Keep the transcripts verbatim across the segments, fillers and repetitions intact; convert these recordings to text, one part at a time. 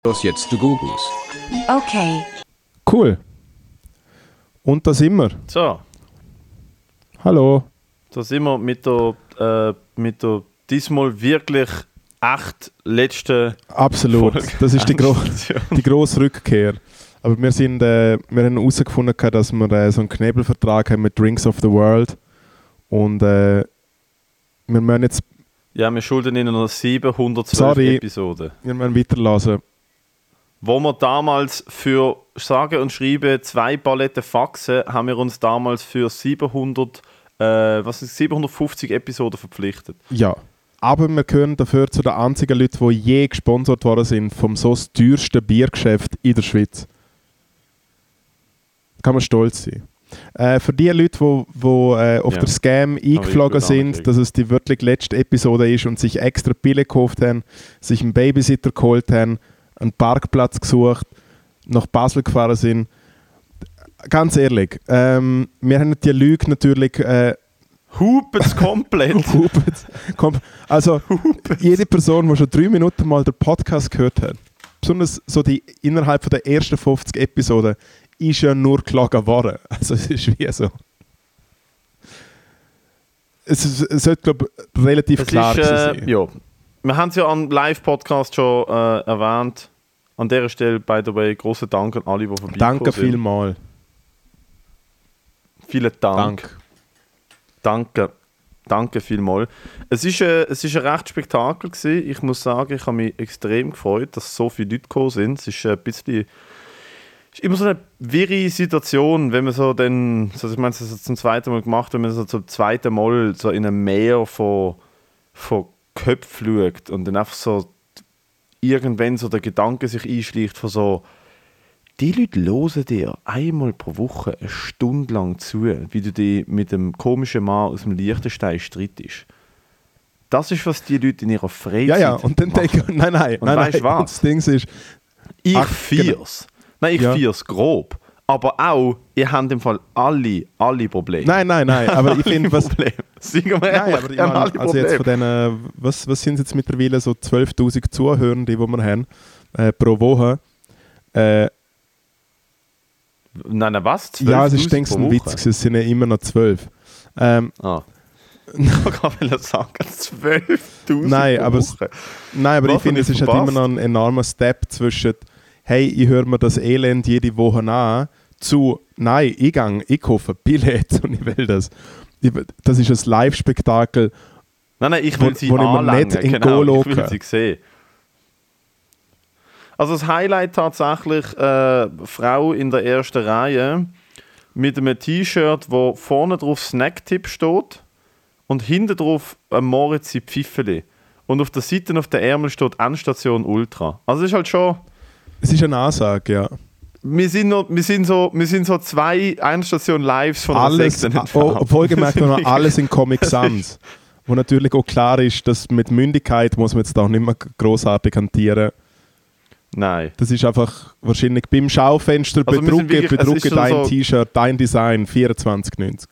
Das jetzt zu Googles. Okay. Cool. Und da sind wir. So, Hallo. da sind wir mit der, äh, mit der diesmal wirklich echt letzten Absolut. Folge. Das ist die, gro Endstation. die grosse Rückkehr. Aber wir, sind, äh, wir haben herausgefunden, dass wir äh, so einen Knebelvertrag haben mit Drinks of the World. Und äh, wir müssen jetzt Ja, wir schulden Ihnen noch siebenhundertzwölf Sorry. Episoden. wir müssen weiterlassen. Wo wir damals für sage und schreibe zwei Paletten Faxen, haben wir uns damals für siebenhundert, äh, was ist, siebenhundertfünfzig Episoden verpflichtet. Ja. Aber wir gehören dafür zu den einzigen Leuten, die je gesponsert worden sind vom so das teuersten Biergeschäft in der Schweiz. Da kann man stolz sein. Äh, für die Leute, die, die äh, auf Ja. der Scam eingeflogen gut sind, angekriegt. dass es die wirklich letzte Episode ist und sich extra Pille gekauft haben, sich einen Babysitter geholt haben, einen Parkplatz gesucht, nach Basel gefahren sind. Ganz ehrlich, ähm, wir haben die Lüge natürlich äh, Hupet's komplett. hupet. Komm, also jede Person, die schon drei Minuten mal den Podcast gehört hat, besonders so die innerhalb von der ersten fünfzig Episoden, ist ja nur gelogen worden. Also es ist wie so. Es, ist- es sollte, glaube ich, relativ Es klar ist, sein. äh, ja. Wir haben es ja am Live-Podcast schon äh, erwähnt. An dieser Stelle, by the way, grossen Dank an alle, die vorbeikommen Danke sind. vielmals. Vielen Dank. Dank. Danke. Danke vielmals. Es ist, äh, es ist ein recht Spektakel gewesen. Ich muss sagen, ich habe mich extrem gefreut, dass so viele Leute gekommen sind. Es ist äh, ein bisschen... Es ist immer so eine wirre Situation, wenn man so dann... Also ich meine, das ist zum zweiten Mal gemacht, wenn man so zum zweiten Mal so in einem Meer von, von Köpfen schaut und dann einfach so irgendwann so der Gedanke sich einschleicht von so... Die Leute hören dir einmal pro Woche eine Stunde lang zu, wie du dich mit dem komischen Mann aus dem Liechtenstein streitest. Das ist, was die Leute in ihrer Freizeit Ja, ja, und dann machen. denke ich, nein, nein, Und nein, weißt nein. du was? Und das Ding ist, Ich Ach, feier's. Nein, ich Ja. feier's grob. Aber auch, ihr habt im Fall alle, alle Probleme. nein, nein, nein, aber ich finde, was... Probleme. Sagen wir Nein, ehrlich, aber ich ihr habt meine, alle also jetzt von Probleme. denen, was, was sind es jetzt mittlerweile, so zwölftausend Zuhörende, die wir haben, äh, pro Woche. Äh, Nein, nein, was? ja, es ist, zwölftausend denke ich, pro ein Woche? Witz gewesen, es sind ja immer noch zwölf. Ähm, Ah. Ich wollte sagen, zwölftausend Nein, pro aber es- Woche. nein, aber Was ich finde, hab es ich ist halt immer verpasst? noch ein enormer Step zwischen «Hey, ich höre mir das Elend jede Woche an» zu «Nein, ich gehe, ich kaufe Billett und ich will das». Ich, das ist ein Live-Spektakel. Nein, nein, ich Wo- will sie wo ich mir anlangen. nicht in Genau, Go ich will schauen. sie sehen. Also das Highlight tatsächlich äh, Frau in der ersten Reihe mit einem T-Shirt, wo vorne drauf Snacktip steht und hinten drauf ein Moritz Pfiffeli. Und auf der Seite auf der Ärmel steht Endstation Ultra. Also es ist halt schon... Es ist eine Ansage, ja. Wir sind, noch, wir sind, so, wir sind so zwei Endstation-Lives von einer Alles, Sekte oh, entfernt. obwohl gemerkt noch Wirklich. alles in Comic Sans. Wo natürlich auch klar ist, dass mit Mündigkeit muss man jetzt auch nicht mehr grossartig hantieren. Nein. Das ist einfach wahrscheinlich beim Schaufenster Also wir sind bedrucke, wirklich- es bedrucke ist schon dein so- T-Shirt, dein Design, vierundzwanzig neunzig.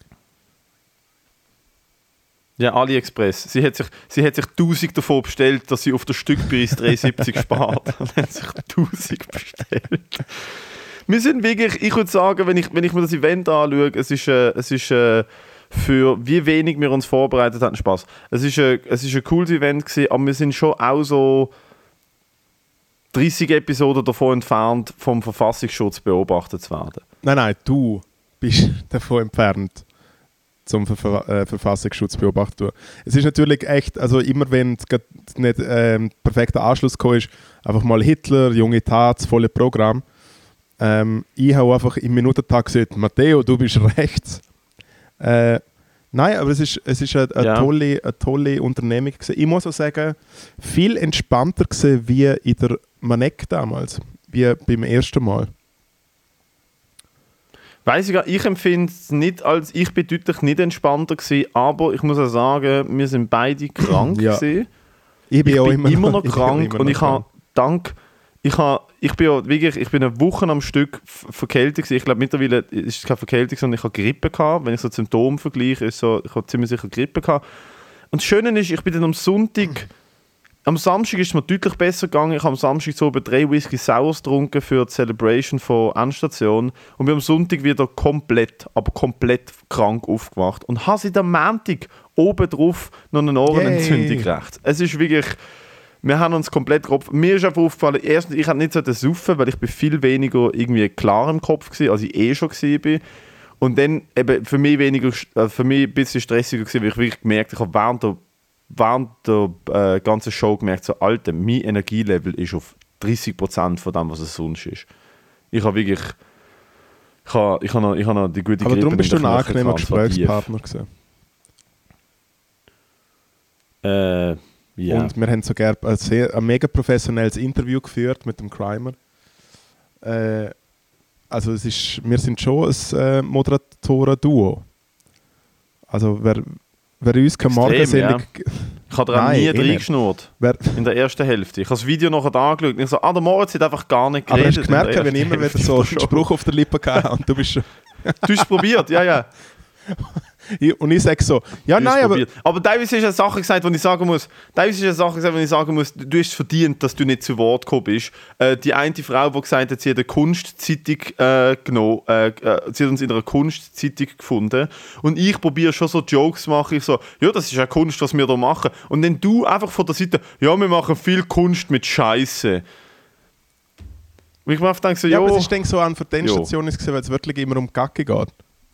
Ja, AliExpress. Sie hat sich, sie hat sich tausend davon bestellt, dass sie auf den Stückpreis drei siebzig spart. Und hat sich tausend bestellt. Wir sind wirklich, ich würde sagen, wenn ich, wenn ich mir das Event anschaue, es ist, äh, es ist äh, für wie wenig wir uns vorbereitet hatten, Spaß. Es ist, äh, es ist ein cooles Event gewesen, aber wir sind schon auch so dreißig Episoden davon entfernt, vom Verfassungsschutz beobachtet zu werden. Nein, nein, du bist davon entfernt, zum Ver äh, Verfassungsschutz beobachtet zu werden. Es ist natürlich echt, also immer wenn es grad nicht ähm, perfekter Anschluss gekommen ist, einfach mal Hitler, junge Tat, das volle Programm. Ähm, ich habe einfach im Minutentag gesagt, Matteo, du bist rechts. Äh, nein, aber es ist, es ist eine, eine, Ja. tolle, eine tolle Unternehmung gewesen. Ich muss auch sagen, viel entspannter gewesen wie in der Manek damals, wie beim ersten Mal. Weiss ich gar, ich empfinde es nicht als, ich bin deutlich nicht entspannter gewesen, aber ich muss auch sagen, wir sind beide krank Ja. gewesen. Ich bin, Ich auch bin immer, immer noch ich bin krank immer und noch ich habe krank. dank, ich habe, ich bin ja wirklich, ich bin eine Woche am Stück f- verkältet gewesen. Ich glaube mittlerweile ist es keine Verkältung, sondern ich habe Grippe gehabt. Wenn ich so die Symptome vergleiche, ist so, ich habe ziemlich sicher Grippe gehabt. Und das Schöne ist, ich bin dann am Sonntag am Samstag ist es mir deutlich besser gegangen. Ich habe am Samstag so über drei Whisky Sours getrunken für die Celebration von Endstation und bin am Sonntag wieder komplett, aber komplett krank aufgewacht und habe seit am Montag oben drauf noch eine Ohrenentzündung rechts. Es ist wirklich... Wir haben uns komplett Kopf. Mir ist einfach aufgefallen, erstens, ich hatte nicht so das Saufen, weil ich bin viel weniger irgendwie klar im Kopf war, als ich eh schon war. Und dann eben für mich weniger, für mich ein bisschen stressiger gewesen, weil ich wirklich gemerkt, ich habe während der, während der äh, ganzen Show gemerkt, so Alter, mein Energielevel ist auf dreißig Prozent von dem, was es sonst ist. Ich habe wirklich, ich habe, ich habe, noch, ich habe noch die gute Aber Grippe. darum bist du ein angenehmer Gesprächspartner gewesen. Äh, ja. Und wir haben sogar ein, sehr, ein mega professionelles Interview geführt mit dem Crimer. Äh, also es ist, wir sind schon ein äh, Moderatoren-Duo. Also wer, wer uns keine Morgensendung... Ja. Ich habe daran nie reingeschnurrt. In der ersten Hälfte. Ich habe das Video noch angeschaut und ich so, ah, der Moritz hat einfach gar nicht geredet. Aber hast du gemerkt, wenn ich immer wieder so einen Spruch auf der Lippe hatte und du bist schon... Du hast es probiert, ja, ja. Und ich sage so, ja, nein, aber... Aber teilweise ist eine Sache gesagt, die ich sagen muss, teilweise ist eine Sache gesagt, wo ich sagen muss, du hast es verdient, dass du nicht zu Wort gekommen bist. Äh, die eine Frau, die gesagt hat, sie hat eine Kunstzeitung äh, genommen, äh, sie hat uns in einer Kunstzeitung gefunden und ich probiere schon so Jokes zu machen, ich so, ja, das ist ja Kunst, was wir da machen. Und dann du einfach von der Seite, ja, wir machen viel Kunst mit Scheiße. Und ich mir einfach denke so, ja, jo, aber es ist denke so an für die Station ist gesehen, weil es wirklich immer um Gacke geht.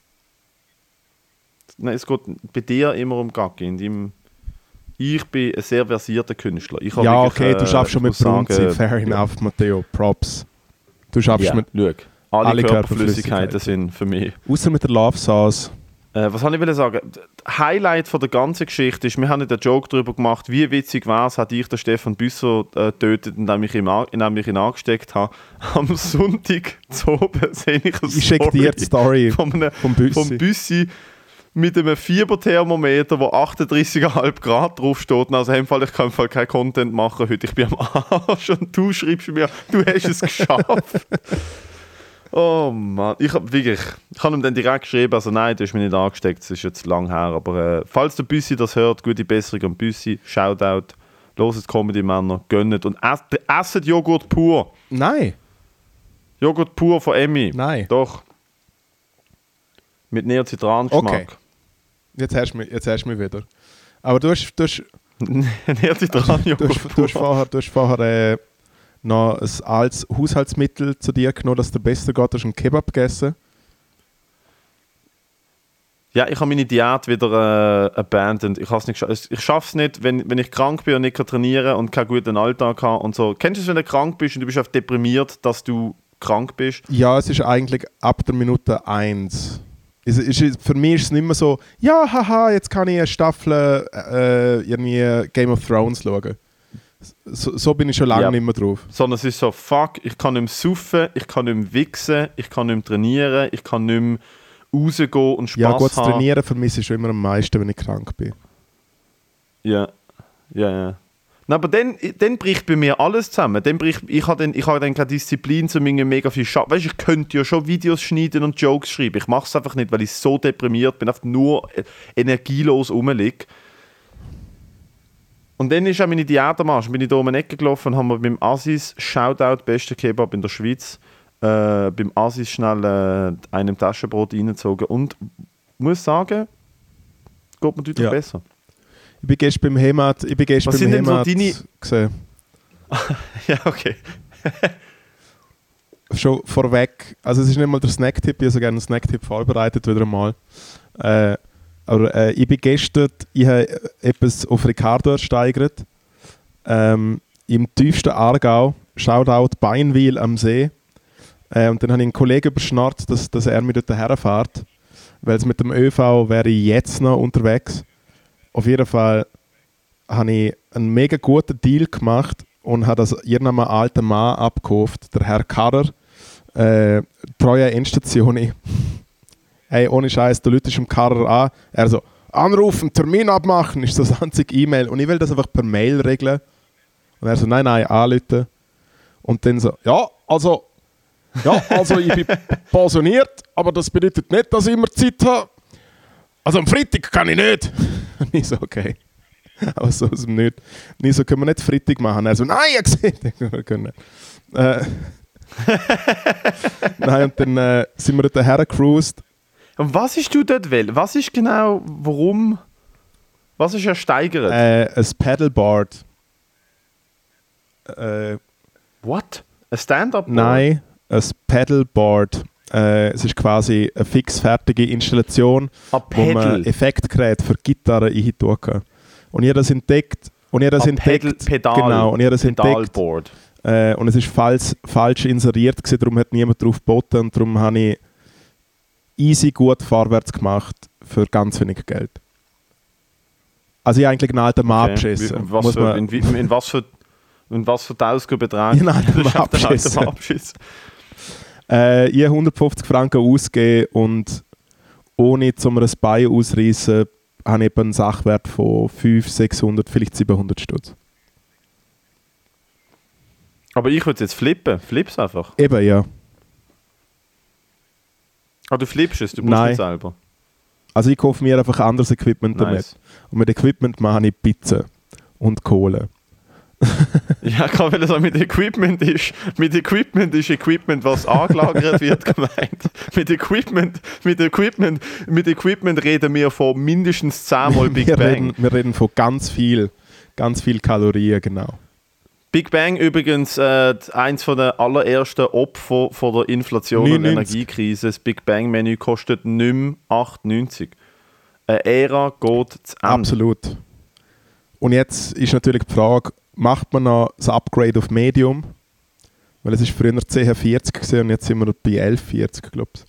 Nein, es geht bei dir immer um Gacke. In deinem ich bin ein sehr versierter Künstler. Ich ja, wirklich, okay, du schaffst äh, schon mit Brunzi, fair enough, Matteo, Props. Du schaffst ja, mit... Schau, alle, alle Körperflüssigkeiten sind für mich... Außer mit der Love Sauce. Äh, was wollte ich sagen? Das Highlight von der ganzen Geschichte ist, wir haben nicht einen Joke darüber gemacht, wie witzig war es, hatte ich den Stefan Büsser äh, getötet, indem ich, ihn, indem ich ihn angesteckt habe. Am Sonntag zu oben sehe ich eine ich Story, dir die Story von einem, vom Büssi. Vom Büssi mit einem Fieberthermometer, wo achtunddreißig Komma fünf Grad draufsteht. Also im Fall, ich kann im Fall keinen Content machen heute. Ich bin am Arsch und du schreibst mir, du hast es geschafft. Oh Mann, ich habe wirklich, ich habe ihm dann direkt geschrieben, also nein, du hast mich nicht angesteckt, das ist jetzt lang her, aber äh, falls der Büssi das hört, gute Besserung an Büssi, Shoutout, hört Comedy-Männer, gönnt und ess, esset Joghurt pur. Nein. Joghurt pur von Emmy. Nein. Doch. Mit Neocitran-Geschmack. Okay. Jetzt hast du mich, jetzt hast du mich wieder. Aber du hast... Du hast Neocitran-Joghurt du, du, du hast vorher, du hast vorher äh, noch ein altes Haushaltsmittel zu dir genommen, dass der besser geht. Du hast einen Kebab gegessen. Ja, ich habe meine Diät wieder äh, abandoned. Ich, ich schaffe es nicht, wenn, wenn ich krank bin und nicht trainieren kann und keinen guten Alltag habe und so. Kennst du es, wenn du krank bist und du bist einfach deprimiert, dass du krank bist? Ja, es ist eigentlich ab der Minute eins. Ist, ist, für mich ist es nicht mehr so, ja, haha, jetzt kann ich eine Staffel äh, irgendwie Game of Thrones schauen. So, so bin ich schon lange ja. nicht mehr drauf. Sondern es ist so, fuck, ich kann nicht mehr saufen, ich kann nicht mehr wichsen, ich kann nicht mehr trainieren, ich kann nicht mehr rausgehen und Spass ja, gut, haben. das Trainieren vermisse ich schon immer am meisten, wenn ich krank bin. Ja, ja, ja. Na, aber dann, dann bricht bei mir alles zusammen. Dann bricht, ich habe dann, ich hab dann keine Disziplin, um mega viel Schaffen. Weißt du, ich könnte ja schon Videos schneiden und Jokes schreiben. Ich mache es einfach nicht, weil ich so deprimiert bin, einfach nur energielos rumliege. Und dann ist auch meine Diät am Arsch. Bin ich da um eine Ecke gelaufen und haben wir beim Asis, Shoutout, bester Kebab in der Schweiz, äh, beim Asis schnell äh, einem Taschenbrot reingezogen. Und muss sagen, geht mir deutlich ja. besser. Ich bin gestern beim Heimat, ich bin gestern Was beim sind denn so Heimat deine... gesehen. Ja, okay. Schon vorweg, also es ist nicht mal der Snacktipp, ich habe so gerne einen Snacktipp vorbereitet, wieder einmal. Äh, aber äh, ich bin gestern, ich habe etwas auf Ricardo ersteigert. Ähm, Im tiefsten Aargau, Shoutout Beinwil am See. Äh, und dann habe ich einen Kollegen überschnarrt, dass, dass er mit dort herfährt. Weil es mit dem ÖV wäre ich jetzt noch unterwegs. Auf jeden Fall habe ich einen mega guten Deal gemacht und habe das irgendeinem alten Mann abgekauft, der Herr Karrer, äh, treue Endstation. Hey, ohne Scheiß, du läutest im Karrer an, er so, anrufen, Termin abmachen, ist das einzige E-Mail und ich will das einfach per Mail regeln. Und er so, nein, nein, anrufen. Und dann so, ja, also, ja, also ich bin pensioniert, aber das bedeutet nicht, dass ich immer Zeit habe. Also am Freitag kann ich nicht. Und ich so, okay. Aber so aus dem Nichts. Nie so, können wir nicht Freitag machen. Also, nein, ich gesehen. können. Äh, nein, und dann äh, sind wir dort hergecruised. Und was ist du dort will? Was ist genau, warum, was ist ersteigert? Äh, ein Paddleboard. Äh, What? Ein Stand-up-Board? Nein, ein Paddleboard. Äh, es ist quasi eine fixfertige Installation, A wo man Effektgeräte für Gitarre reintun kann. Und ich habe das entdeckt. Und ich habe das A entdeckt. Pedal, genau, und ich habe das entdeckt. Pedalboard. Äh, und es war falsch, falsch inseriert gewesen, darum hat niemand drauf geboten und darum habe ich easy gut vorwärts gemacht für ganz wenig Geld. Also ich habe eigentlich einen alten Mann abgeschissen. In, was für, in, in, in was für in was für Tausendbetrag? In alten Mann abgeschissen. Äh, ich habe hundertfünfzig Franken ausgegeben und ohne zu mir ein Bein ausreißen, habe ich einen Sachwert von fünfhundert, sechshundert, vielleicht siebenhundert Stutz. Aber ich würde jetzt flippen. Flipp's einfach. Eben, ja. Ah, du flippst es, du musst Nein. nicht selber. Also ich kaufe mir einfach anderes Equipment Nice. damit. Und mit Equipment mache ich Pizza und Kohle. Ja, ich kann will sagen, mit Equipment ist, mit Equipment ist Equipment, was angelagert wird, gemeint. Mit Equipment, mit Equipment, mit Equipment reden wir von mindestens zehnmal Big wir Bang. Reden, wir reden von ganz viel, ganz viel Kalorien, genau. Big Bang übrigens äh, eins von der allerersten Opfer von der Inflation neunundneunzig. und Energiekrise. Das Big Bang Menü kostet nicht mehr acht neunzig. Eine Ära geht zu Ende. Absolut. Und jetzt ist natürlich die Frage, macht man noch das Upgrade auf Medium? Weil es war früher zehn vierzig gewesen und jetzt sind wir bei elf vierzig, glaube ich.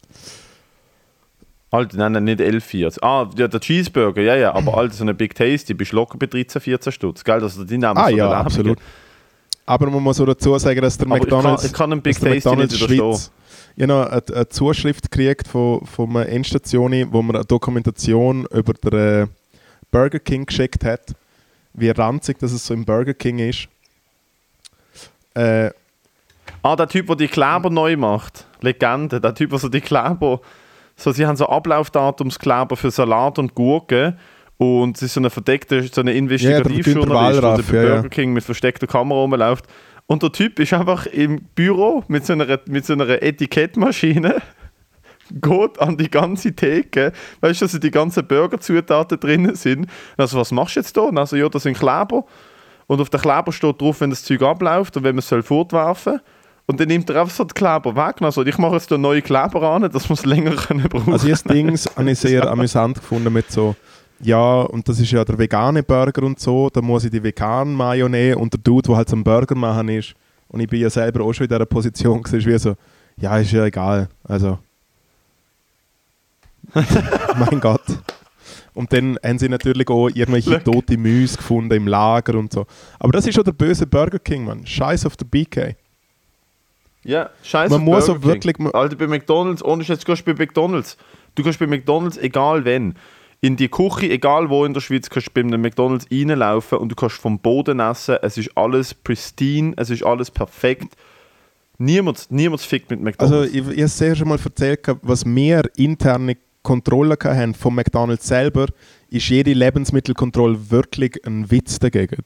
Alter, nein, nein, nicht elf vierzig. Ah, ja, der Cheeseburger, ja, ja, aber Alter, so eine Big Tasty, bist locker bei dreizehn, vierzehn Stutz, gell? Also die nehmen Ah so ja, den absolut. Aber man muss auch dazu sagen, dass der Aber McDonald's, ich kann, ich kann einen Big dass der Tasty McDonald's nicht widerstehen. Schweiz, ich habe noch eine, eine Zuschrift gekriegt von, von einer Endstation, wo man eine Dokumentation über den äh, Burger King geschickt hat, wie ranzig dass es so im Burger King ist. Äh, Ah, der Typ, der die Kleber neu macht. Legende. Der Typ, der so die Kleber... So, sie haben so Ablaufdatumskleber für Salat und Gurken. Und es ist so eine verdeckte, so eine Investigativjournalist, der bei ja, Burger ja. King mit versteckter Kamera rumläuft. Und der Typ ist einfach im Büro mit so einer, mit so einer Etikettmaschine, geht an die ganze Theke, weißt du, dass die ganzen Burgerzutaten drin sind. Also, was machst du jetzt da? Und also, ja, das sind Kleber. Und auf der Kleber steht drauf, wenn das Zeug abläuft und wenn man es fortwerfen soll. Und dann nimmt er einfach so die Kleber weg. Also, ich mache jetzt da neue Kleber an, dass wir es länger können brauchen. Also das Ding habe ich sehr amüsant gefunden mit so, ja, und das ist ja der vegane Burger und so, da muss ich die veganen Mayo nehmen und der Dude, der halt so einen Burger machen ist, und ich bin ja selber auch schon in dieser Position gewesen, ist wie so, ja, ist ja egal, also mein Gott. Und dann haben sie natürlich auch irgendwelche Look. tote Mäuse gefunden im Lager und so. Aber das ist schon der böse Burger King, Mann. Scheiß auf den B K. Ja, scheiße. Man muss auch wirklich... Alter, bei McDonalds, ohne Scheiß, du gehst bei McDonalds. Du gehst bei McDonalds, egal wenn. In die Küche, egal wo in der Schweiz, kannst du bei einem McDonalds reinlaufen und du kannst vom Boden essen. Es ist alles pristine, es ist alles perfekt. Niemand, niemand fickt mit McDonalds. Also ich, ich habe sehr schon mal erzählt, was wir interne Kontrolle haben von McDonalds selber, ist jede Lebensmittelkontrolle wirklich ein Witz dagegen.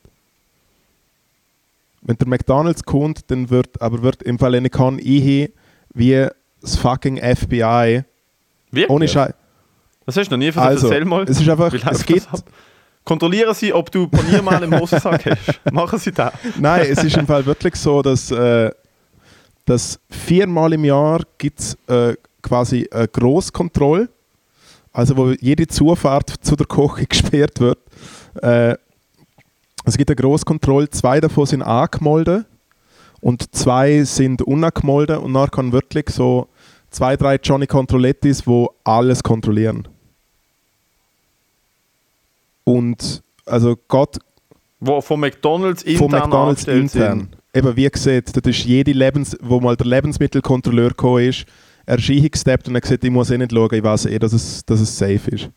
Wenn der McDonalds kommt, dann wird, aber wird im Fall eine kann ich wie das fucking F B I. Wirklich? Ohne Scheiß. Das hast du noch nie erzählt. Also, Erzähl mal. es ist einfach, Wie läuft es gibt, das ab? Kontrollieren Sie, ob du Paniermehl im Hosensack hast. Machen Sie das. nein, es ist im Fall wirklich so, dass, äh, dass viermal im Jahr gibt es äh, quasi eine Grosskontrolle, also wo jede Zufahrt zu der Küche gesperrt wird. Äh, es gibt eine Grosskontrolle, zwei davon sind angemeldet und zwei sind unangemeldet und nachher kann wirklich so zwei, drei Johnny Controllettis, die alles kontrollieren. Und also Gott Wo von McDonalds intern von McDonalds angestellt intern. sind. Eben wie gesagt, das ist jede Lebens, wo mal der Lebensmittelkontrolleur gekommen ist, er ist eingesteppt und hat gesagt, ich muss eh nicht schauen, ich weiß eh, dass es, dass es safe ist.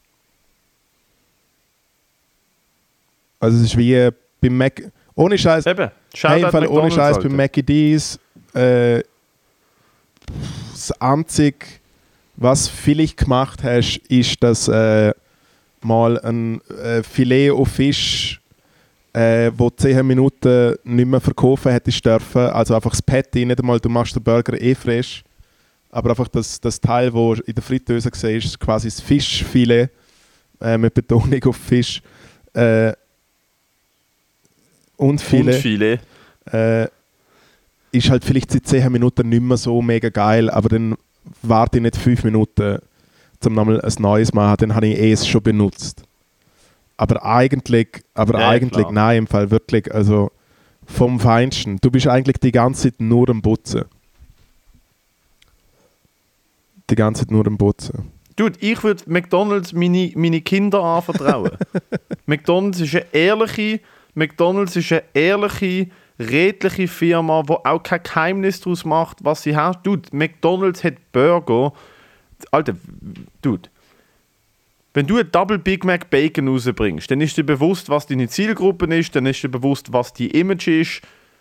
Also es ist wie beim Mac... Ohne Scheiß. Eben. Hey, im Shoutout Fall ohne McDonald's, Scheiß Alter. beim Mackie D's. Äh, das Einzige, was vielleicht gemacht hast, ist, dass äh, mal ein äh, Filet au Fisch äh, wo zehn Minuten nicht mehr verkaufen hättest dürfen. Also einfach das Patty, nicht einmal, du machst den Burger eh frisch, aber einfach das, das Teil, das in der Fritteuse war, ist quasi das Fischfilet, äh, mit Betonung auf Fisch. Äh, und Filet. Und Filet. Äh, ist halt vielleicht seit zehn Minuten nicht mehr so mega geil, aber dann warte ich nicht fünf Minuten, um nochmal ein neues zu machen, dann habe ich eh es schon benutzt. Aber eigentlich, aber Ja, eigentlich klar. nein, im Fall wirklich, also vom Feinsten. Du bist eigentlich die ganze Zeit nur am Putzen. Die ganze Zeit nur am Putzen. Dude, ich würde McDonalds meine, meine Kinder anvertrauen. McDonalds ist eine ehrliche, McDonalds ist eine ehrliche, redliche Firma, die auch kein Geheimnis daraus macht, was sie hat. Dude, McDonalds hat Burger. Alter, dude. Wenn du ein Double Big Mac Bacon rausbringst, dann ist dir bewusst, was deine Zielgruppe ist, dann ist dir bewusst, was die Image ist.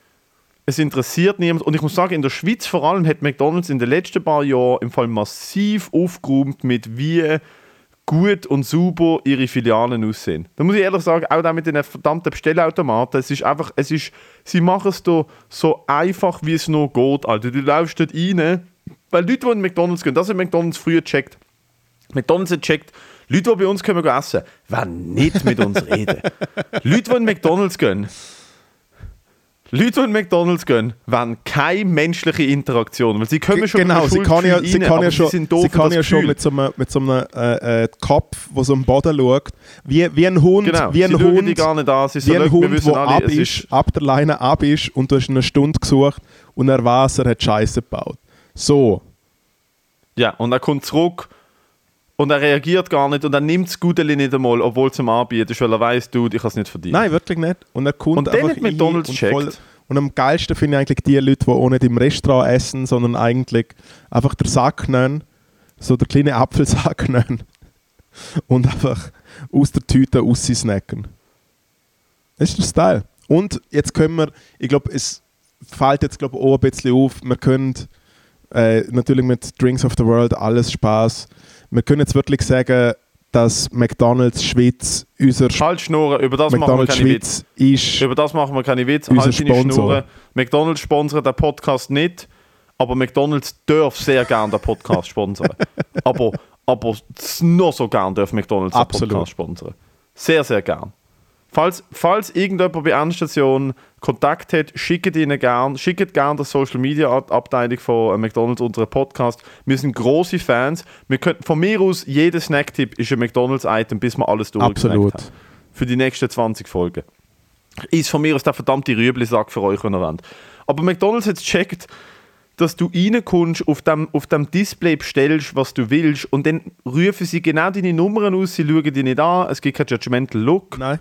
Es interessiert niemand. Und ich muss sagen, in der Schweiz vor allem hat McDonalds in den letzten paar Jahren im Fall massiv aufgeräumt, mit wie gut und sauber ihre Filialen aussehen. Da muss ich ehrlich sagen, auch da mit den verdammten Bestellautomaten, es ist einfach, es ist, sie machen es da so einfach, wie es nur geht. Alter. Du läufst dort rein, weil Leute, die in McDonalds gehen, das hat McDonalds früher gecheckt. McDonalds hat gecheckt, Leute, die bei uns kommen essen, werden nicht mit uns reden. Leute, die in McDonalds gehen, Leute, die in McDonalds gehen, wollen keine menschliche Interaktion, weil sie kommen schon genau, mit sie kann ja, rein, sie kann ja schon, sie, sie kann ja schon mit so einem, mit so einem äh, äh, Kopf, der so am Boden schaut, wie, wie ein Hund, genau, wie ein sie Hund, die gar nicht an, sie wie ein so, Hund, der ab alle, ist, ist, ab der Leine ab ist und du hast eine Stunde gesucht und er weiß, er hat Scheiße gebaut. So. Ja, und er kommt zurück und er reagiert gar nicht und er nimmt das Gudeli nicht einmal, obwohl es ihm anbietet, weil er weiss, dude, ich habe es nicht verdient. Nein, wirklich nicht. Und er kommt und dann einfach hat McDonalds und checkt. voll, und am geilsten finde ich eigentlich die Leute, die auch nicht im Restaurant essen, sondern eigentlich einfach den Sack nehmen, so den kleinen Apfelsack nehmen und einfach aus der Tüte raussnacken. Das ist der Style. Und jetzt können wir, ich glaube, es fällt jetzt glaub, auch ein bisschen auf, wir können äh, natürlich mit Drinks of the World alles Spaß. Wir können jetzt wirklich sagen, dass McDonalds Schweiz unser Halt Schnurren, über das McDonald's machen wir keine Schweiz Witz. ist Über das machen wir keine Witz. unser Halt deine Sponsor. Schnurren. McDonalds sponsert den Podcast nicht, aber McDonalds darf sehr gerne den Podcast sponsern. aber, aber noch so gerne darf McDonalds den Absolut. Podcast sponsern. Sehr, sehr gern. Falls, falls irgendjemand bei Endstation Kontakt hat, schickt ihnen gern, schickt gern die Social Media Abteilung von McDonalds unseren Podcast. Wir sind grosse Fans. Wir können, von mir aus, jeder Snacktipp ist ein McDonalds-Item, bis wir alles durchgesnackt Absolut. haben. Für die nächsten zwanzig Folgen. Ist von mir aus der verdammte Rüebli-Sack für euch, wenn ihr wollt. Aber McDonalds hat es gecheckt, dass du reinkommst, auf dem, auf dem Display bestellst, was du willst und dann rufen sie genau deine Nummern aus, sie schauen dich nicht an, es gibt keinen Judgmental Look. Nein.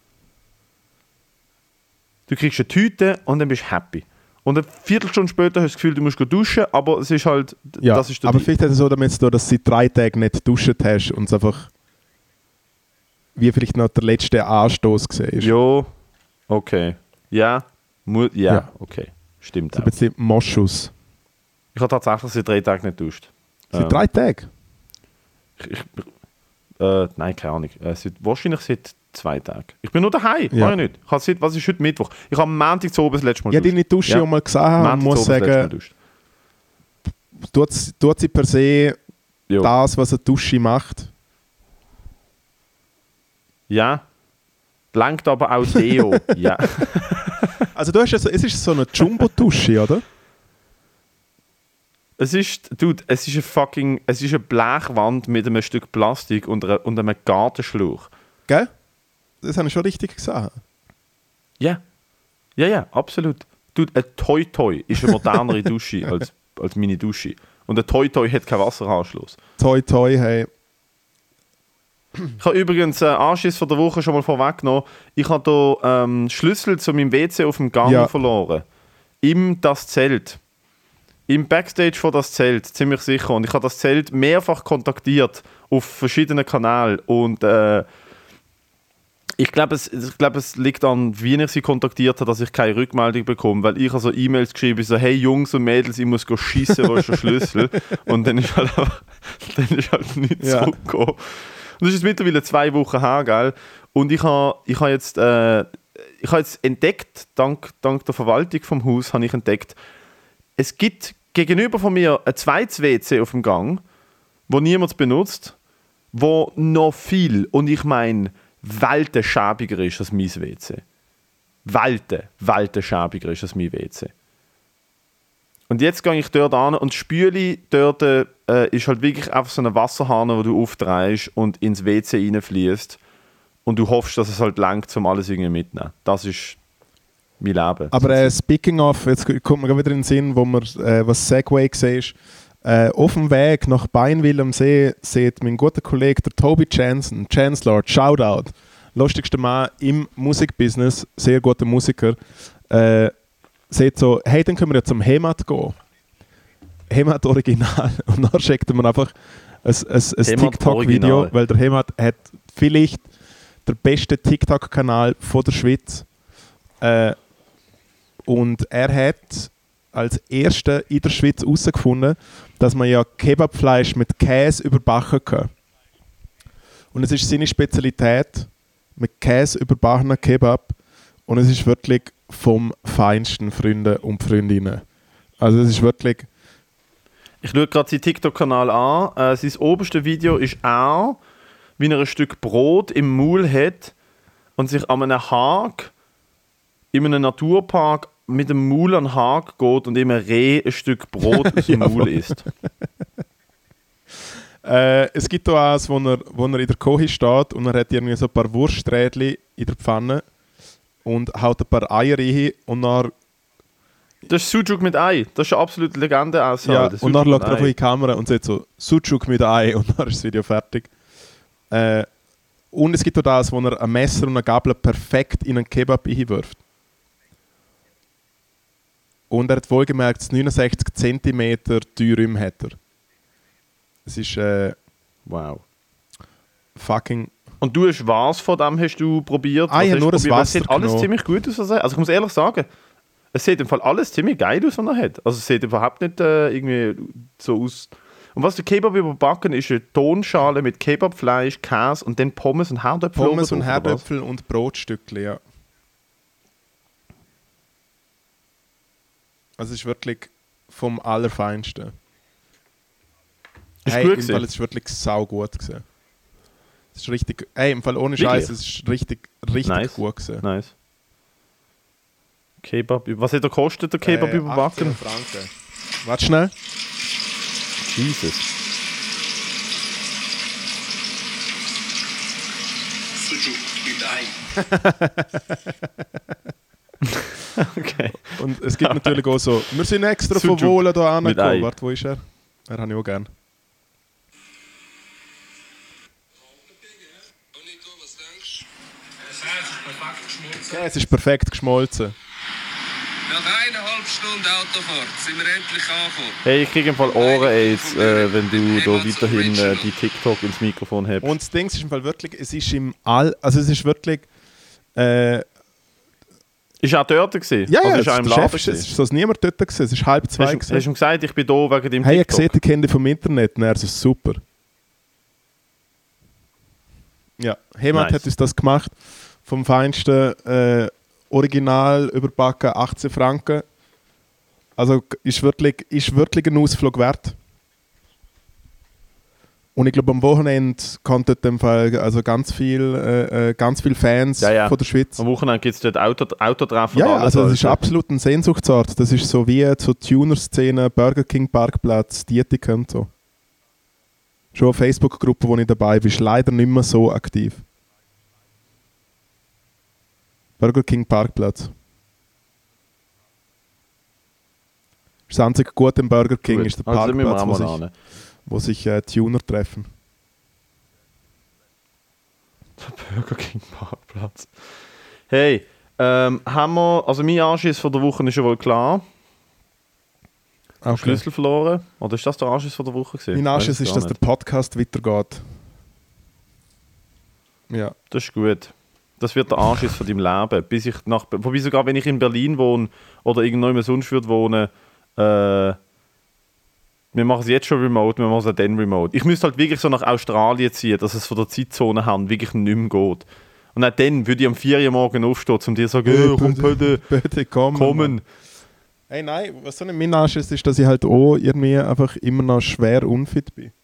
Du kriegst eine Tüte und dann bist du happy. Und eine Viertelstunde später hast du das Gefühl, du musst duschen, aber es ist halt, Ja, das ist der aber Deal. vielleicht ist es so, damit du das seit drei Tagen nicht geduscht hast und es einfach wie vielleicht noch der letzte Anstoß war. Jo, okay. Ja, mu- ja, Ja. okay. Stimmt So ein auch. bisschen Moschus. Ich habe tatsächlich seit drei Tagen nicht geduscht. Seit Ähm, drei Tagen? Ich, ich, äh, nein, keine Ahnung. Äh, seit, wahrscheinlich seit zwei Tagen. Ich bin nur daheim, Ja. ja. ich nicht. Ich habe seit, was ist heute Mittwoch? Ich habe am Montag zu oben das letzte Mal Ich habe geduscht. deine Dusche Ja. auch mal gesehen und muss Montag zu oben das letzte Mal sagen, geduscht. tut, tut sie per se Jo. das, was eine Dusche macht? Ja. Langt aber auch Deo. Ja. Also du hast ja so, es ist so eine Jumbo-Dusche, oder? Es ist, dude, es ist eine fucking, es ist eine Blechwand mit einem Stück Plastik und, einer, und einem Gartenschlauch. Gell? Das habe ich schon richtig gesagt. Ja. Ja, ja, absolut. Dude, ein Toy Toy ist eine modernere Dusche als, als meine Dusche. Und ein Toy Toy hat keinen Wasseranschluss. Toi, toi, hey. Ich habe übrigens äh, Anschiss von der Woche schon mal vorweggenommen. Ich habe hier ähm, Schlüssel zu meinem W C auf dem Gang Ja. verloren. Im das Zelt. Im Backstage von das Zelt, ziemlich sicher. Und ich habe das Zelt mehrfach kontaktiert auf verschiedenen Kanälen. Und äh, ich glaube, es, ich glaub, es liegt an, wie ich sie kontaktiert habe, dass ich keine Rückmeldung bekomme. Weil ich also E-Mails geschrieben so, hey Jungs und Mädels, ich muss schiessen, wo ist der Schlüssel? Und dann ist halt, einfach, dann ist halt nichts Ja. zurückgekommen. Und das ist jetzt mittlerweile zwei Wochen her, gell? Und ich habe ich ha jetzt, äh, ich habe jetzt entdeckt, dank, dank der Verwaltung vom Haus, habe ich entdeckt, es gibt gegenüber von mir ein zweites W C auf dem Gang, wo niemand benutzt, wo noch viel, und ich meine, Welten schäbiger ist als mein W C. Welten, Welten schäbiger ist als mein W C. Und jetzt gehe ich dort an und das Spüli dort äh, ist halt wirklich einfach so ein Wasserhahn, wo du aufdrehst und ins W C reinfließt und du hoffst, dass es halt langt, um alles irgendwie mitzunehmen. Das ist mein Leben. Aber äh, speaking of, jetzt kommt mir wieder in den Sinn, wo man, äh, was Segway gesehen äh, auf dem Weg nach Beinwil am See sieht mein guter Kollege, der Toby Jansen, Chancellor, Shoutout, lustigster Mann im Musikbusiness, sehr guter Musiker, äh, sieht so, hey, dann können wir ja zum Hemat gehen. Hemat Original. Und dann schickt er mir einfach ein, ein, ein TikTok-Video, weil der Hemat hat vielleicht den besten TikTok-Kanal von der Schweiz. Äh, und er hat als erster in der Schweiz herausgefunden, dass man ja Kebabfleisch mit Käse überbacken kann. Und es ist seine Spezialität, mit Käse überbackener Kebab. Und es ist wirklich vom feinsten, Freunde und Freundinnen. Also es ist wirklich... Ich schaue gerade seinen TikTok-Kanal an. Äh, sein oberste Video ist auch, wie er ein Stück Brot im Maul hat und sich an einem Hag in einem Naturpark mit dem Maul an den Hag geht und ihm ein Reh ein Stück Brot aus dem Maul isst. äh, es gibt auch eins, wo er, wo er in der Küche steht und er hat irgendwie so ein paar Wursträdchen in der Pfanne und haut ein paar Eier rein und dann... Das ist Sucuk mit Ei. Das ist eine absolute Legende aus. Ja, und dann schaut er auf die Kamera und sagt so Sucuk mit Ei und dann ist das Video fertig. Äh, und es gibt auch das, wo er ein Messer und eine Gabel perfekt in einen Kebab einwirft. Und er hat wohlgemerkt, neunundsechzig Zentimeter Türräume hat er. Es ist äh, wow. Fucking... Und du hast was von dem hast du probiert? Ah, ja, nur das Wasser. Es sieht alles genommen. Ziemlich gut aus. Also ich muss ehrlich sagen, es sieht im Fall alles ziemlich geil aus, was er hat. Also es sieht überhaupt nicht äh, irgendwie so aus. Und was der Kebab überbacken ist, eine Tonschale mit Kebabfleisch, Käse und dann Pommes und Herdöpfel. Pommes und Herdöpfel und Brotstückchen, ja. Also es ist wirklich vom Allerfeinsten. Ist hey, gut im gewesen? Fall, es ist wirklich saugut gewesen. Es ist richtig... Hey, im Fall ohne Scheiß, es ist richtig, richtig nice. gut gewesen. Nice. Kebab... Was hat er gekostet, der Kebab äh, überbacken? achtzehn Franken. Warte schnell. Jesus. Sucuk mit Ei. Okay. Und es gibt natürlich auch so... Wir sind extra Sucuk von Wohlen hier mit angekommen. Ei. Warte, wo ist er? Er habe ich auch gerne. Okay, es ist perfekt geschmolzen. Nach eineinhalb Stunden Autofahrt sind wir endlich angekommen. Hey, ich kriege im Fall Ohren-Aids, äh, wenn du da weiterhin äh, die TikTok ins Mikrofon hast. Und das Ding ist im Fall wirklich, es ist im All... Also es ist wirklich... Äh, ist er auch dort gewesen? ja, ja, also ist er der im Laden Chef ist, es ist so niemand dort gewesen. Es ist halb zwei Hast du, hast du ihm gesagt, ich bin da wegen dem hey, TikTok? ich sehe die Kinder vom Internet. Und er so, super. Ja, Hemat Nice. hat uns das gemacht. Vom feinsten äh, Original überbacken, achtzehn Franken. Also ist wirklich, ist wirklich ein Ausflug wert. Und ich glaube, am Wochenende kommt dort im Fall also ganz viele äh, äh, ganz viel Fans Ja, ja. von der Schweiz. Am Wochenende gibt es dort Auto, Autotreffen Ja, und ja, alles. also das ist Alter. absolut ein Sehnsuchtsort. Das ist so wie so Tuner-Szene, Burger King Parkplatz, Dietika und so. Schon eine Facebook-Gruppe, wo ich dabei bin, ist leider nicht mehr so aktiv. Burger King Parkplatz. Das einzige Gute im Burger King Gut. ist der Also, da müssen wir Parkplatz, auch wo mal sich, wo sich äh, Tuner treffen. Der Burger King Parkplatz. Hey, ähm, haben wir... Also mein Anschiss von der Woche ist ja wohl klar. Okay. Schlüssel verloren. Oder ist das der Anschiss von der Woche gewesen? Mein Anschiss Weiß ist, gar dass nicht. der Podcast weitergeht. Ja. Das ist gut. Das wird der Anschiss von deinem Leben. Bis ich nach, wobei sogar, wenn ich in Berlin wohne oder irgendwo sonst würde wohnen, äh, wir machen es jetzt schon remote, wir machen es auch dann remote. Ich müsste halt wirklich so nach Australien ziehen, dass es von der Zeitzone her wirklich nicht mehr geht. Und auch dann würde ich am vier Uhr morgen aufstehen, um dir zu sagen, hey, komm, bitte, bitte kommen. kommen. Hey, nein, was so nicht mein Arsch ist, ist, dass ich halt auch irgendwie einfach immer noch schwer unfit bin.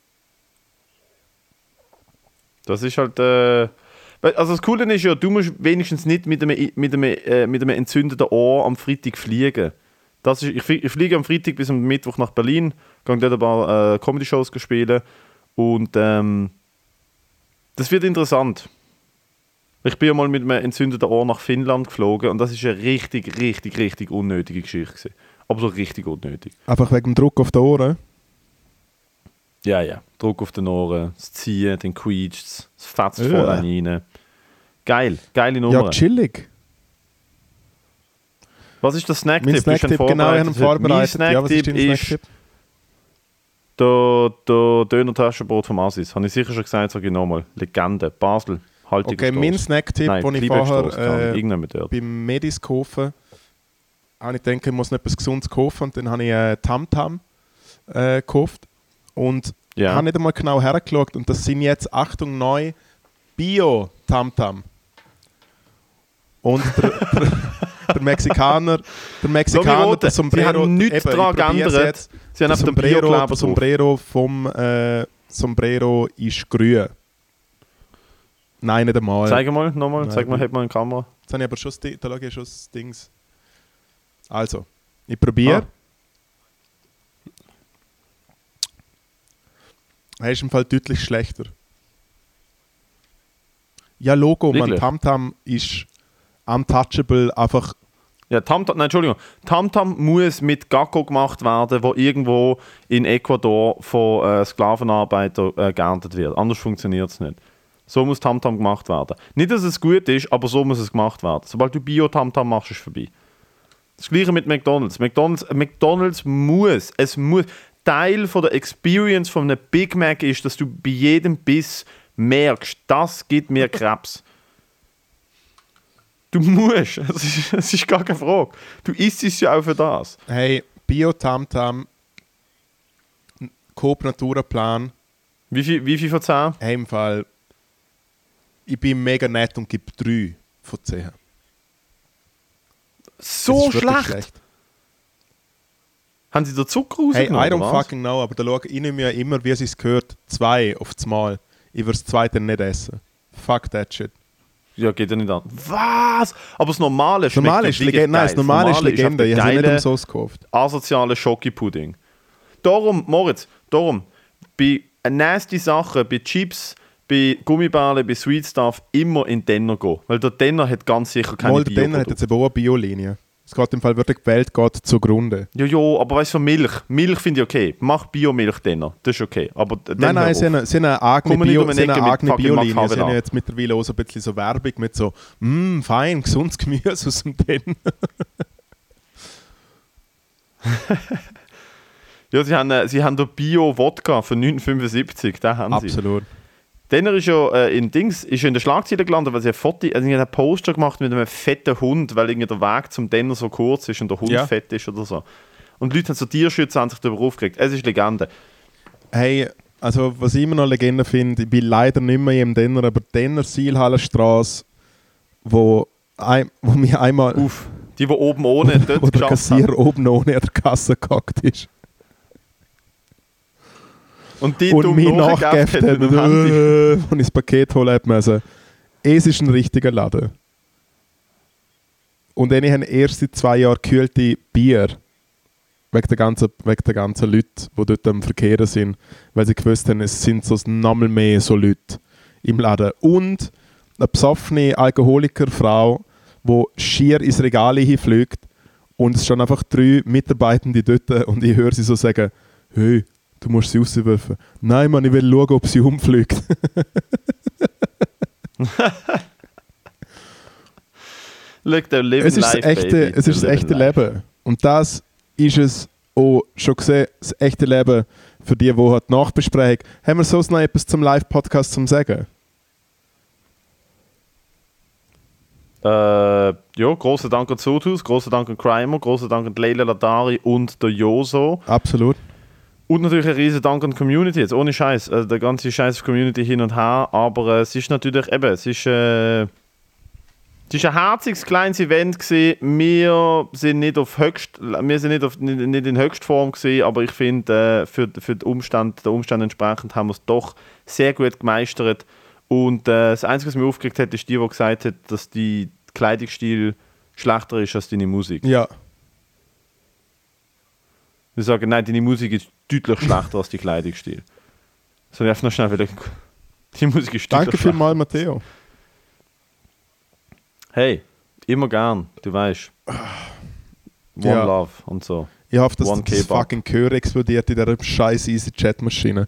Das ist halt... Äh, also das Coole ist ja, du musst wenigstens nicht mit einem, mit einem, äh, mit einem entzündeten Ohr am Freitag fliegen. Das ist, ich, flie- ich fliege am Freitag bis am Mittwoch nach Berlin, gehe dort ein paar äh, Comedy-Shows spielen und ähm, das wird interessant. Ich bin ja mal mit einem entzündeten Ohr nach Finnland geflogen und das ist eine richtig, richtig, richtig unnötige Geschichte gewesen. Aber so richtig unnötig. Einfach wegen dem Druck auf die Ohren? Ja, ja. Druck auf den Ohren, das Ziehen, den quietscht es, es fetzt Ja. voll rein. Geil, geile Nummer. Ja, chillig. Was ist der Snacktipp? Mein Bist du Snacktipp, genau, ich habe ihn vorbereitet. Mein Ja, was ist Snacktipp dein ist Snacktipp? der, der Döner-Taschenbrot vom Asis. Habe ich sicher schon gesagt, sage ich nochmal. Legende, Basel, haltiger Okay, mein Snacktipp, den ich vorher äh, dort. beim Medis kaufen, habe ich gedacht, ich muss noch etwas Gesundes kaufen und dann habe ich äh, Tam-Tam äh, gekauft und Ja. habe nicht einmal genau hergeschaut und das sind jetzt, Achtung, neu Bio-Tam-Tam. Und der, der, der Mexikaner, der Mexikaner, der Sombrero, Sie haben nichts eben, daran ich probier's geändert. jetzt. Sie haben Der auf den Sombrero, Bio-Kleber der drauf. Sombrero vom äh, Sombrero ist grün. Nein, nicht einmal. Zeig mal, nochmal. Nein, Zeig mal, gut. hat mal in die Kamera. Jetzt habe ich aber schon das, Di- da schaue ich schon das Dings. Also, ich probiere. Ah. Er ist im Fall deutlich schlechter. Ja, Logo, man, Wirklich? Tam-Tam ist untouchable, einfach. Ja, Tamtam, nein, Entschuldigung. Tamtam muss mit Gacko gemacht werden, wo irgendwo in Ecuador von äh, Sklavenarbeitern äh, geerntet wird. Anders funktioniert es nicht. So muss Tamtam gemacht werden. Nicht, dass es gut ist, aber so muss es gemacht werden. Sobald du Bio-Tamtam machst, ist es vorbei. Das Gleiche mit McDonald's. McDonald's, McDonald's muss, es muss, Teil von der Experience von einem Big Mac ist, dass du bei jedem Biss merkst, das gibt mir Krebs. Du musst, es ist, es ist gar keine Frage. Du isst es ja auch für das. Hey, Bio-Tam-Tam, Coop Naturaplan, Wie viel, wie viel von zehn? hey, im Fall, ich bin mega nett und gebe drei von zehn. So Es ist wirklich schlecht. Haben sie den Zucker Hey, rausgenommen? I don't oder was? fucking know, aber da schau ich nehme ja immer, wie es sich gehört, zwei auf das Mal. Ich würde das zweite nicht essen. Fuck that shit. Ja, geht ja nicht an. Was? Aber das Normale Das schmeckt Normale ja ist wirklich Legende. Nein, geil. das Normale ist Legende. Ich einfach habe es der nicht geile, umsonst gekauft. asoziale Schoki-Pudding. Darum, Moritz, darum, bei nasty Sachen, bei Chips, bei Gummibärlen, bei Sweet Stuff, immer in Denner gehen. Weil der Denner hat ganz sicher keine Mal, der Denner hat Bio-Produkte. jetzt eben auch eine Bio-Linie. Es geht im Fall wirklich, die Welt geht zugrunde. Ja, ja, aber weißt du, Milch. Milch finde ich okay. Mach Biomilch Denner. Das ist okay. Aber Nein, dann hör nein, auf. sie haben, sie haben eine eigene Komm nicht Bio- um eine sie haben Ecke eine mit eigene fucking Bio-Linie. Sie Macabra. haben jetzt mittlerweile auch so ein bisschen so Werbung mit so, mmm, fein, gesundes Gemüse aus dem Denner. Ja, sie haben, äh, sie haben den Bio-Wodka für neun fünfundsiebzig. Den haben sie. Absolut. Denner ist ja äh, in Dings, ist ja in der Schlagzeile gelandet, weil sie ein Foto, also einen Poster gemacht mit einem fetten Hund, weil irgendwie der Weg zum Denner so kurz ist und der Hund Ja. fett ist oder so. Und die Leute haben so Tierschützer haben sich darüber aufgeregt. Es ist Legende. Hey, also was ich immer noch Legende finde, ich bin leider nicht mehr im Denner, aber Denner Sielhallenstraße, wo, ein, wo mir einmal Uff. Die, die oben ohne dort wo der geschafft haben. Kassier oben ohne an der Kasse gehackt ist. Und die Und dumm mich nachgegeben nachgegeben hat hat, mit dem Handy. äh, und ich das Paket holen hat müssen. Es ist ein richtiger Laden. Und dann haben erst seit zwei Jahren gekühlte Bier. Wegen der ganzen, wegen der ganzen Leute, die dort am Verkehren sind. Weil sie gewusst haben, es sind so nochmal mehr so Leute im Laden. Und eine besoffene Alkoholikerfrau, die schier ins Regal hinfliegt. Und es stehen einfach drei Mitarbeitende dort. Und ich höre sie so sagen, hey, du musst sie rauswerfen. Nein, Mann, ich will schauen, ob sie umfliegt. Look, they're living Es ist, das life, echte, baby. es ist das They're echte living life. Leben. Und das ist es auch schon gesehen, das echte Leben für die, die halt nachbesprechen. Haben wir sonst noch etwas zum Live-Podcast zu sagen? Äh, ja, großen Dank an Sotus, großen Dank an Crimer, großen Dank an Leila Ladari und der Joso. Absolut. Und natürlich ein riesen Dank an die Community, jetzt ohne Scheiß, äh, der ganze Scheiß Community hin und her, aber äh, es ist natürlich eben, es ist, äh, Es war ein herziges kleines Event gewesen. Wir sind nicht auf höchst, wir sind nicht, auf, nicht, nicht in Höchstform gewesen, aber ich finde, äh, für, für den Umstand, der Umstand entsprechend haben wir es doch sehr gut gemeistert. Und äh, das Einzige, was mich aufgeregt hat, ist die, die gesagt hat, dass die Kleidungsstil schlechter ist als deine Musik. Ja. Wir sagen, nein, deine Musik ist deutlich schlechter als die Kleidungsstil. So, ich einfach noch schnell wieder. Die Musik ist deutlich Danke schlechter. vielmals, Matteo. Hey, immer gern, du weißt. One Ja. Love und so. Ich hoffe, dass One das K-Bop. fucking Chör explodiert in dieser scheiß easy Chatmaschine.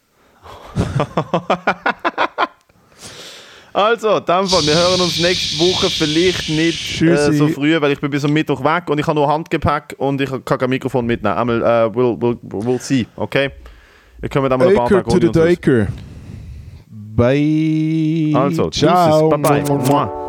Also, in dem Fall, wir hören uns nächste Woche vielleicht nicht äh, Tschüssi. so früh, weil ich bin bis am Mittwoch weg und ich habe nur Handgepäck und ich kann kein Mikrofon mitnehmen. Einmal, äh, we'll, we'll, we'll see, okay? Wir kommen dann mal ein paar Acre Tage to the ohne uns aus. Daker. Bye. Also, Ciao. tschüss, bye bye. Mua.